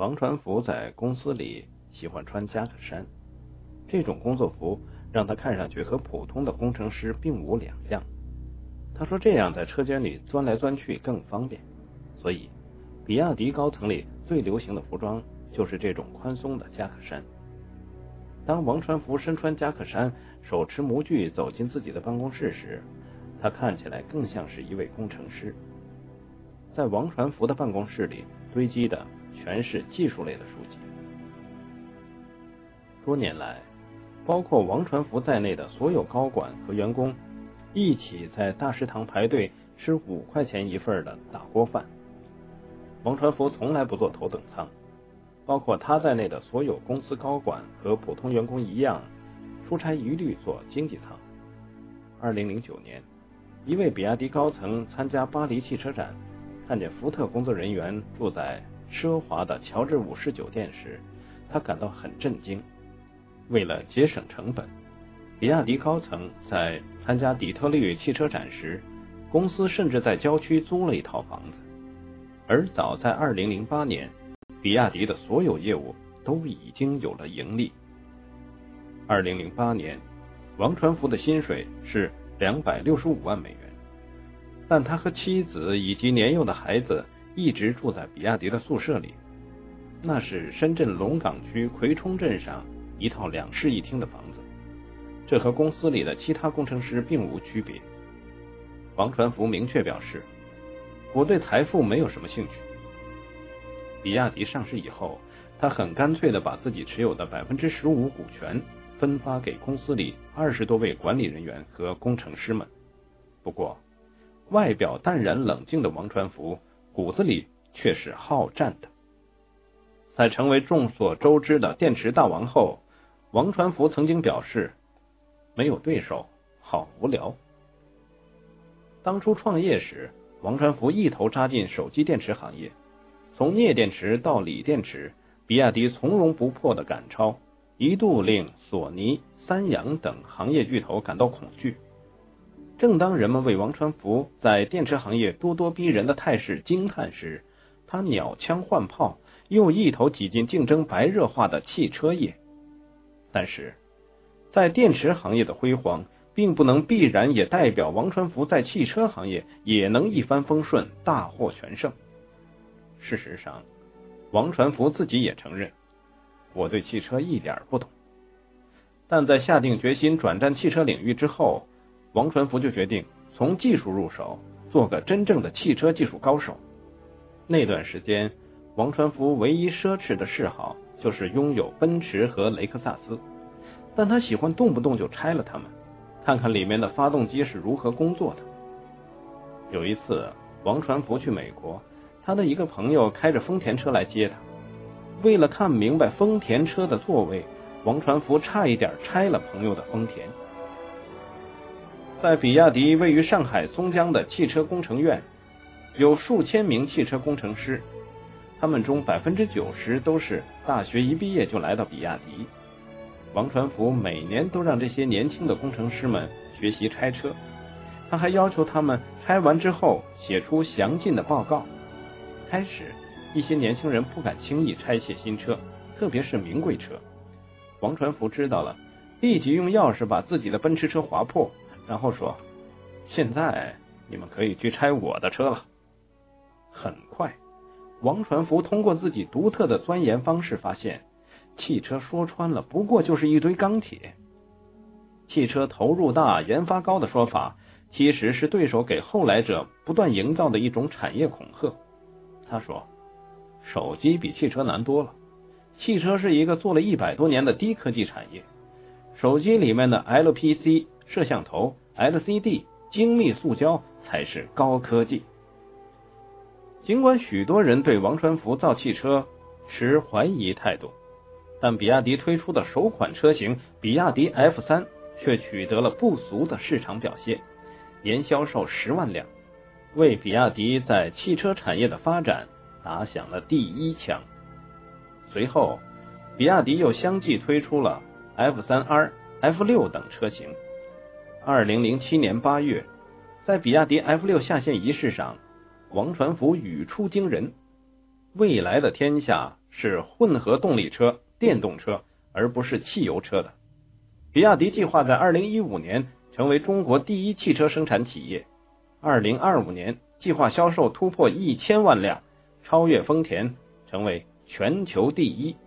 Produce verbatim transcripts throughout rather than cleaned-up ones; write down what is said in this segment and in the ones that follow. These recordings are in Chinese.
王传福在公司里喜欢穿夹克衫，这种工作服让他看上去和普通的工程师并无两样。他说这样在车间里钻来钻去更方便，所以比亚迪高层里最流行的服装就是这种宽松的夹克衫。当王传福身穿夹克衫，手持模具走进自己的办公室时，他看起来更像是一位工程师。在王传福的办公室里堆积的全是技术类的书籍。多年来，包括王传福在内的所有高管和员工一起在大食堂排队吃五块钱一份的大锅饭。王传福从来不坐头等舱，包括他在内的所有公司高管和普通员工一样，出差一律坐经济舱。二零零九年，一位比亚迪高层参加巴黎汽车展，看见福特工作人员住在奢华的乔治五世酒店时，他感到很震惊。为了节省成本，比亚迪高层在参加底特律汽车展时，公司甚至在郊区租了一套房子。而早在二零零八年，比亚迪的所有业务都已经有了盈利。二零零八年，王传福的薪水是两百六十五万美元，但他和妻子以及年幼的孩子一直住在比亚迪的宿舍里。那是深圳龙岗区葵冲镇上一套两室一厅的房子，这和公司里的其他工程师并无区别。王传福明确表示，我对财富没有什么兴趣。比亚迪上市以后，他很干脆地把自己持有的 百分之十五 股权分发给公司里二十多位管理人员和工程师们。不过，外表淡然冷静的王传福骨子里却是好战的。在成为众所周知的电池大王后，王传福曾经表示，没有对手，好无聊。当初创业时，王传福一头扎进手机电池行业，从镍电池到锂电池，比亚迪从容不迫的赶超，一度令索尼、三洋等行业巨头感到恐惧。正当人们为王传福在电池行业咄咄逼人的态势惊叹时，他鸟枪换炮，又一头挤进竞争白热化的汽车业。但是，在电池行业的辉煌，并不能必然也代表王传福在汽车行业也能一帆风顺，大获全胜。事实上，王传福自己也承认，我对汽车一点不懂。但在下定决心转战汽车领域之后，王传福就决定从技术入手，做个真正的汽车技术高手。那段时间，王传福唯一奢侈的嗜好就是拥有奔驰和雷克萨斯，但他喜欢动不动就拆了它们，看看里面的发动机是如何工作的。有一次，王传福去美国，他的一个朋友开着丰田车来接他。为了看明白丰田车的座位，王传福差一点拆了朋友的丰田。在比亚迪位于上海松江的汽车工程院，有数千名汽车工程师，他们中 百分之九十 都是大学一毕业就来到比亚迪。王传福每年都让这些年轻的工程师们学习拆车，他还要求他们拆完之后写出详尽的报告。开始，一些年轻人不敢轻易拆卸新车，特别是名贵车。王传福知道了，立即用钥匙把自己的奔驰车划破，然后说，现在你们可以去拆我的车了。很快，王传福通过自己独特的钻研方式发现，汽车说穿了不过就是一堆钢铁。汽车投入大研发高的说法，其实是对手给后来者不断营造的一种产业恐吓。他说，手机比汽车难多了，汽车是一个做了一百多年的低科技产业，手机里面的 L P C、 摄像头、 L C D、 精密塑胶才是高科技。尽管许多人对王传福造汽车持怀疑态度，但比亚迪推出的首款车型比亚迪 F 三 却取得了不俗的市场表现，年销售十万辆，为比亚迪在汽车产业的发展打响了第一枪。随后，比亚迪又相继推出了 F 三 R、F 六 等车型。二零零七年八月，在比亚迪 F 六 下线仪式上，王传福语出惊人，未来的天下是混合动力车、电动车，而不是汽油车的。比亚迪计划在二零一五年成为中国第一汽车生产企业，二零二五年计划销售突破一千万辆，超越丰田，成为全球第一。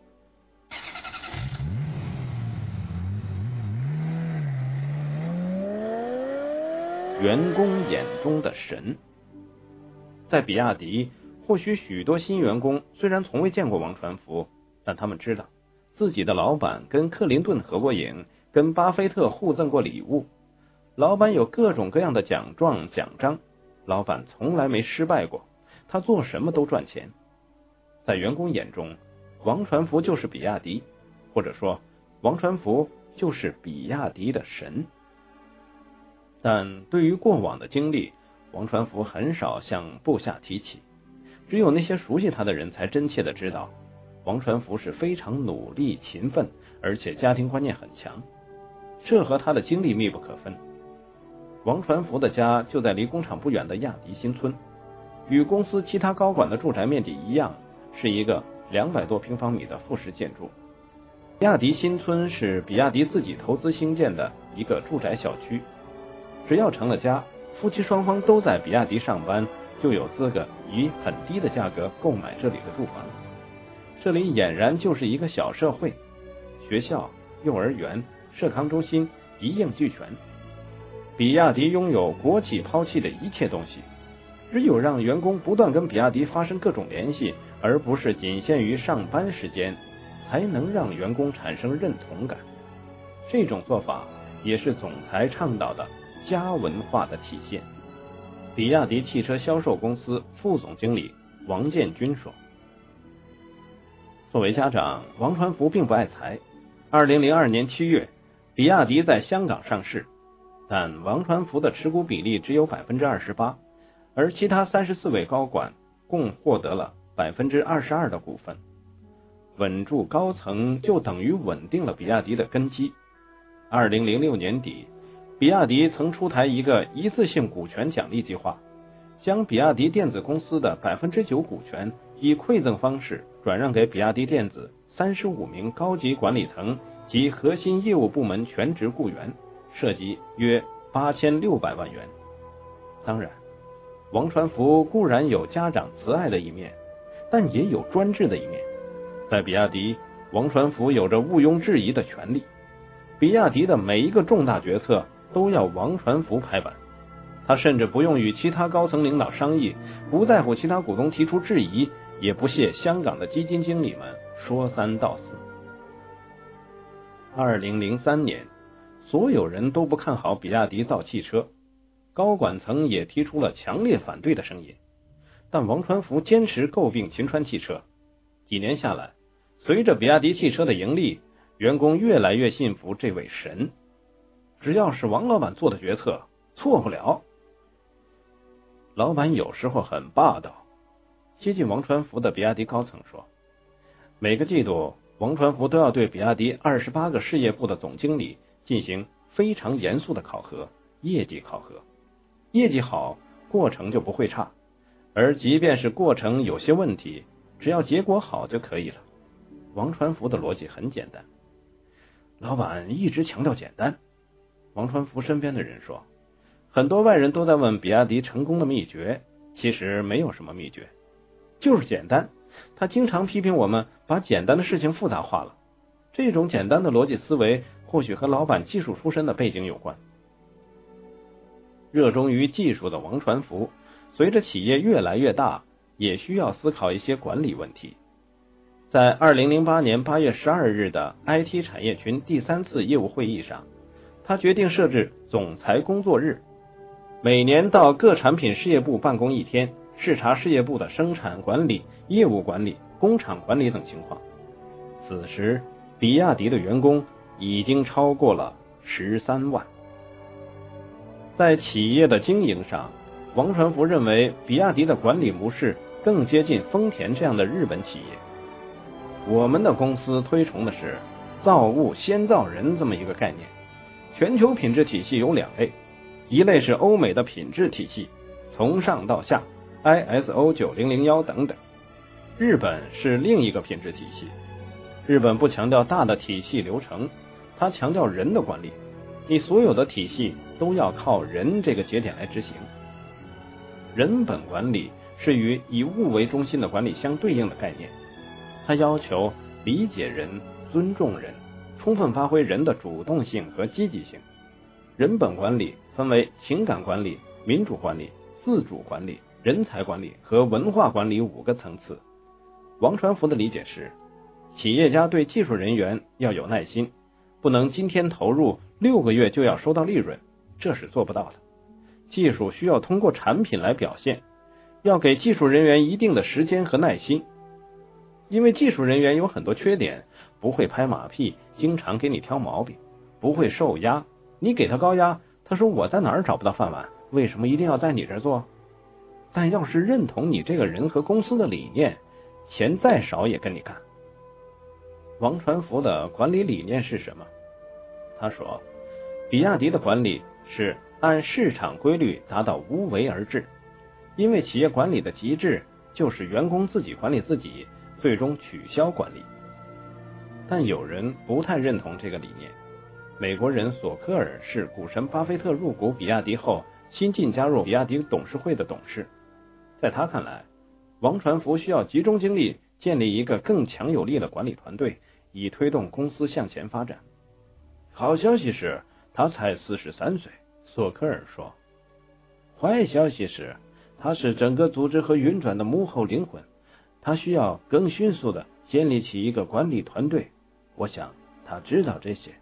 员工眼中的神。在比亚迪，或许许多新员工虽然从未见过王传福，但他们知道自己的老板跟克林顿合过影，跟巴菲特互赠过礼物，老板有各种各样的奖状奖章，老板从来没失败过，他做什么都赚钱。在员工眼中，王传福就是比亚迪，或者说王传福就是比亚迪的神。但对于过往的经历，王传福很少向部下提起，只有那些熟悉他的人才真切的知道，王传福是非常努力勤奋，而且家庭观念很强，这和他的经历密不可分。王传福的家就在离工厂不远的亚迪新村，与公司其他高管的住宅面积一样，是一个两百多平方米的复式建筑。亚迪新村是比亚迪自己投资兴建的一个住宅小区，只要成了家，夫妻双方都在比亚迪上班，就有资格以很低的价格购买这里的住房。这里俨然就是一个小社会，学校、幼儿园、社康中心一应俱全。比亚迪拥有国企抛弃的一切东西，只有让员工不断跟比亚迪发生各种联系，而不是仅限于上班时间，才能让员工产生认同感。这种做法也是总裁倡导的家文化的体现。比亚迪汽车销售公司副总经理王建军说，作为家长，王传福并不爱财。二零零二年七月，比亚迪在香港上市，但王传福的持股比例只有 百分之二十八， 而其他三十四位高管共获得了 百分之二十二 的股份。稳住高层就等于稳定了比亚迪的根基。二零零六年底，比亚迪曾出台一个一次性股权奖励计划，将比亚迪电子公司的 百分之九 股权以馈赠方式转让给比亚迪电子三十五名高级管理层及核心业务部门全职雇员，涉及约八千六百万元。当然，王传福固然有家长慈爱的一面，但也有专制的一面。在比亚迪，王传福有着毋庸置疑的权利，比亚迪的每一个重大决策都要王传福拍板，他甚至不用与其他高层领导商议，不在乎其他股东提出质疑，也不屑香港的基金经理们说三道四。二零零三年，所有人都不看好比亚迪造汽车，高管层也提出了强烈反对的声音，但王传福坚持购并秦川汽车。几年下来，随着比亚迪汽车的盈利，员工越来越信服这位神，只要是王老板做的决策，错不了。老板有时候很霸道。接近王传福的比亚迪高层说，每个季度王传福都要对比亚迪二十八个事业部的总经理进行非常严肃的考核，业绩考核。业绩好，过程就不会差，而即便是过程有些问题，只要结果好就可以了。王传福的逻辑很简单。老板一直强调简单。王传福身边的人说，很多外人都在问比亚迪成功的秘诀，其实没有什么秘诀，就是简单。他经常批评我们把简单的事情复杂化了，这种简单的逻辑思维或许和老板技术出身的背景有关。热衷于技术的王传福，随着企业越来越大，也需要思考一些管理问题。在二零零八年八月十二日的 I T 产业群第三次业务会议上，他决定设置总裁工作日，每年到各产品事业部办公一天，视察事业部的生产管理、业务管理、工厂管理等情况。此时，比亚迪的员工已经超过了十三万。在企业的经营上，王传福认为比亚迪的管理模式更接近丰田这样的日本企业。我们的公司推崇的是造物先造人这么一个概念。全球品质体系有两类，一类是欧美的品质体系，从上到下 I S O 九零零一 等等， 日本是另一个品质体系。日本不强调大的体系流程，它强调人的管理，你所有的体系都要靠人这个节点来执行。人本管理是与以物为中心的管理相对应的概念，它要求理解人、尊重人，充分发挥人的主动性和积极性。人本管理分为情感管理、民主管理、自主管理、人才管理和文化管理五个层次。王传福的理解是，企业家对技术人员要有耐心，不能今天投入六个月就要收到利润，这是做不到的。技术需要通过产品来表现，要给技术人员一定的时间和耐心。因为技术人员有很多缺点，不会拍马屁，经常给你挑毛病，不会受压，你给他高压，他说我在哪儿找不到饭碗，为什么一定要在你这儿做？但要是认同你这个人和公司的理念，钱再少也跟你干。王传福的管理理念是什么？他说，比亚迪的管理是按市场规律达到无为而治，因为企业管理的极致就是员工自己管理自己，最终取消管理。但有人不太认同这个理念。美国人索科尔是股神巴菲特入股比亚迪后新晋加入比亚迪董事会的董事，在他看来，王传福需要集中精力建立一个更强有力的管理团队，以推动公司向前发展。好消息是他才四十三岁，索科尔说。坏消息是他是整个组织和运转的幕后灵魂，他需要更迅速地建立起一个管理团队。我想他知道这些。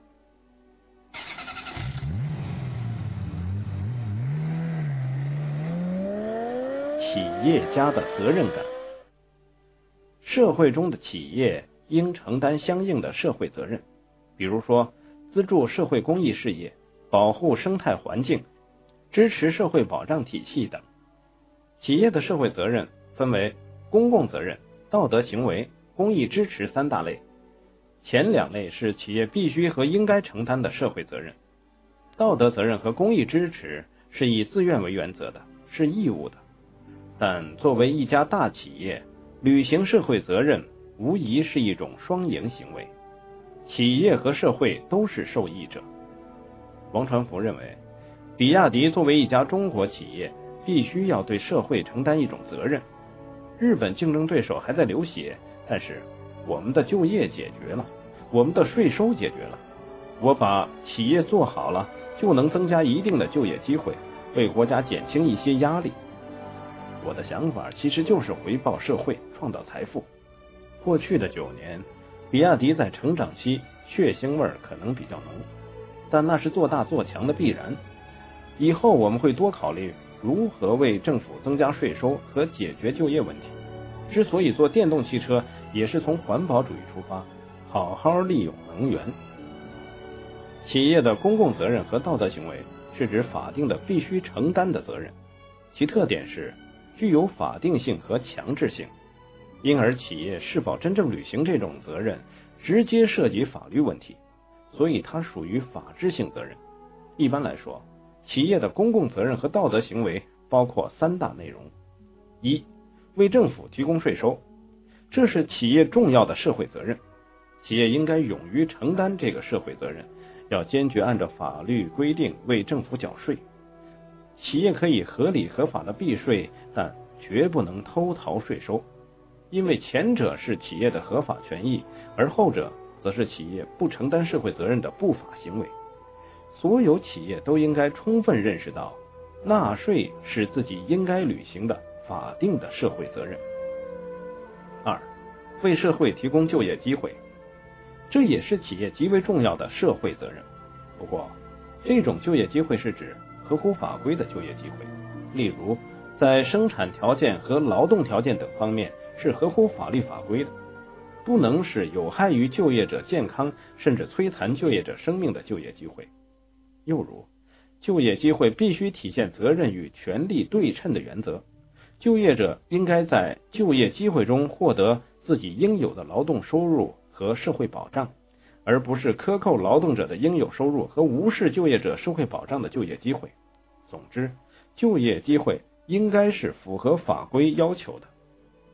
企业家的责任感。社会中的企业应承担相应的社会责任，比如说资助社会公益事业、保护生态环境、支持社会保障体系等。企业的社会责任分为公共责任、道德行为、公益支持三大类。前两类是企业必须和应该承担的社会责任，道德责任和公益支持是以自愿为原则的，是义务的。但作为一家大企业，履行社会责任无疑是一种双赢行为，企业和社会都是受益者。王传福认为，比亚迪作为一家中国企业，必须要对社会承担一种责任。日本竞争对手还在流血，但是我们的就业解决了，我们的税收解决了，我把企业做好了，就能增加一定的就业机会，为国家减轻一些压力。我的想法其实就是回报社会，创造财富。过去的九年，比亚迪在成长期血腥味可能比较浓，但那是做大做强的必然。以后我们会多考虑如何为政府增加税收和解决就业问题。之所以做电动汽车，也是从环保主义出发，好好利用能源。企业的公共责任和道德行为是指法定的必须承担的责任，其特点是具有法定性和强制性，因而企业是否真正履行这种责任，直接涉及法律问题，所以它属于法治性责任。一般来说，企业的公共责任和道德行为包括三大内容：一、为政府提供税收，这是企业重要的社会责任，企业应该勇于承担这个社会责任，要坚决按照法律规定为政府缴税。企业可以合理合法的避税，但绝不能偷逃税收，因为前者是企业的合法权益，而后者则是企业不承担社会责任的不法行为。所有企业都应该充分认识到，纳税是自己应该履行的法定的社会责任。二、为社会提供就业机会，这也是企业极为重要的社会责任。不过，这种就业机会是指合乎法规的就业机会，例如在生产条件和劳动条件等方面是合乎法律法规的，不能是有害于就业者健康甚至摧残就业者生命的就业机会。又如，就业机会必须体现责任与权利对称的原则，就业者应该在就业机会中获得自己应有的劳动收入和社会保障，而不是克扣劳动者的应有收入和无视就业者社会保障的就业机会。总之，就业机会应该是符合法规要求的。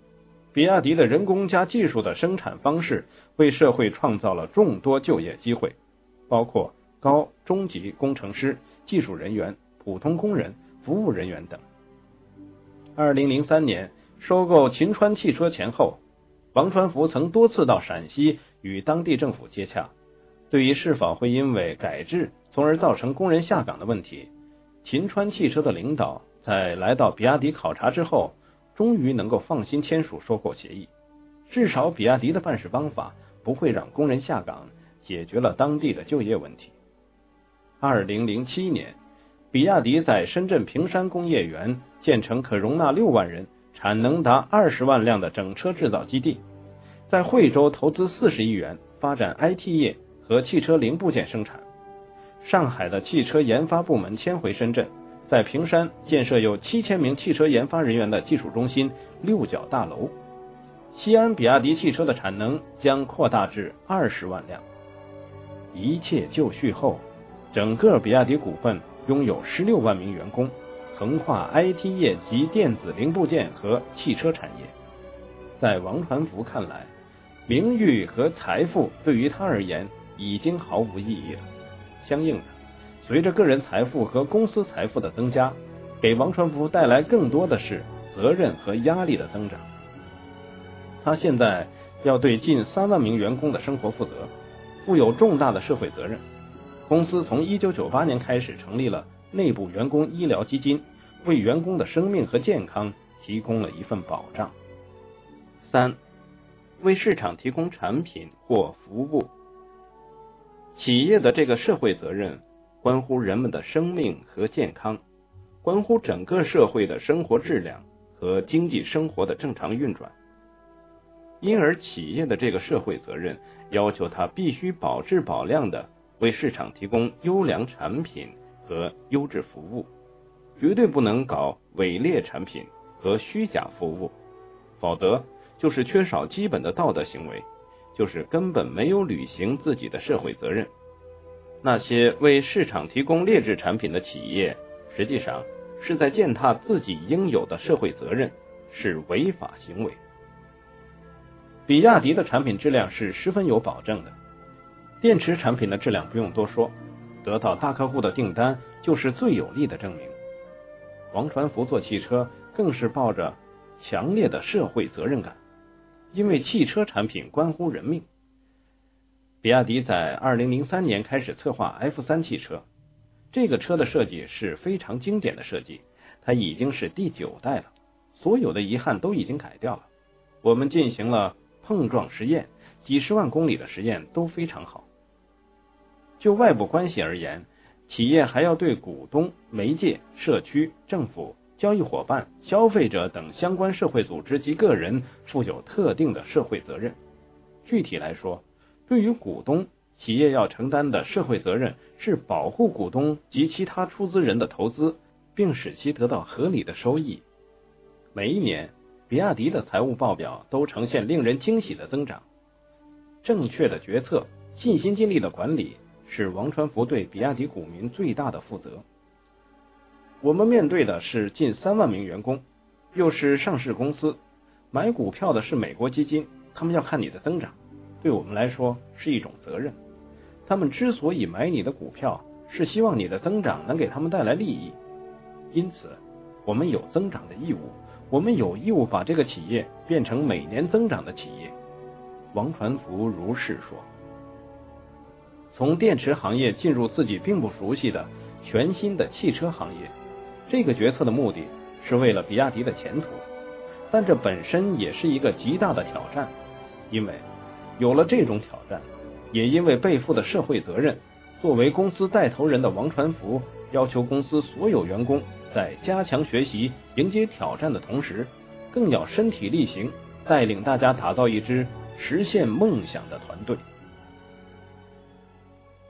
比亚迪的人工加技术的生产方式为社会创造了众多就业机会，包括高、中级工程师、技术人员、普通工人、服务人员等。二零零三年收购秦川汽车前后，王传福曾多次到陕西与当地政府接洽，对于是否会因为改制从而造成工人下岗的问题，秦川汽车的领导在来到比亚迪考察之后，终于能够放心签署收购协议。至少比亚迪的办事方法不会让工人下岗，解决了当地的就业问题。二零零七年，比亚迪在深圳坪山工业园建成可容纳六万人、产能达二十万辆的整车制造基地，在惠州投资四十亿元发展 I T 业和汽车零部件生产。上海的汽车研发部门迁回深圳，在坪山建设有七千名汽车研发人员的技术中心六角大楼。西安比亚迪汽车的产能将扩大至二十万辆。一切就绪后，整个比亚迪股份拥有十六万名员工，横跨 I T 业及电子零部件和汽车产业。在王传福看来，名誉和财富对于他而言已经毫无意义了。相应的，随着个人财富和公司财富的增加，给王传福带来更多的是责任和压力的增长。他现在要对近三万名员工的生活负责，负有重大的社会责任。公司从一九九八年开始成立了内部员工医疗基金，为员工的生命和健康提供了一份保障。三、为市场提供产品或服务。企业的这个社会责任关乎人们的生命和健康，关乎整个社会的生活质量和经济生活的正常运转。因而企业的这个社会责任要求它必须保质保量的为市场提供优良产品和优质服务，绝对不能搞伪劣产品和虚假服务，否则就是缺少基本的道德行为，就是根本没有履行自己的社会责任。那些为市场提供劣质产品的企业，实际上是在践踏自己应有的社会责任，是违法行为。比亚迪的产品质量是十分有保证的，电池产品的质量不用多说，得到大客户的订单就是最有力的证明。王传福做汽车更是抱着强烈的社会责任感，因为汽车产品关乎人命。比亚迪在二零零三年开始策划 F 三 汽车，这个车的设计是非常经典的设计，它已经是第九代了，所有的遗憾都已经改掉了。我们进行了碰撞实验，几十万公里的实验都非常好。就外部关系而言，企业还要对股东、媒介、社区、政府、交易伙伴、消费者等相关社会组织及个人负有特定的社会责任。具体来说，对于股东，企业要承担的社会责任是保护股东及其他出资人的投资，并使其得到合理的收益。每一年，比亚迪的财务报表都呈现令人惊喜的增长。正确的决策、尽心尽力的管理，是王传福对比亚迪股民最大的负责。我们面对的是近三万名员工，又是上市公司，买股票的是美国基金，他们要看你的增长，对我们来说是一种责任。他们之所以买你的股票，是希望你的增长能给他们带来利益，因此我们有增长的义务，我们有义务把这个企业变成每年增长的企业。王传福如是说。从电池行业进入自己并不熟悉的全新的汽车行业，这个决策的目的是为了比亚迪的前途，但这本身也是一个极大的挑战，因为有了这种挑战，也因为背负的社会责任，作为公司带头人的王传福要求公司所有员工在加强学习、迎接挑战的同时，更要身体力行，带领大家打造一支实现梦想的团队。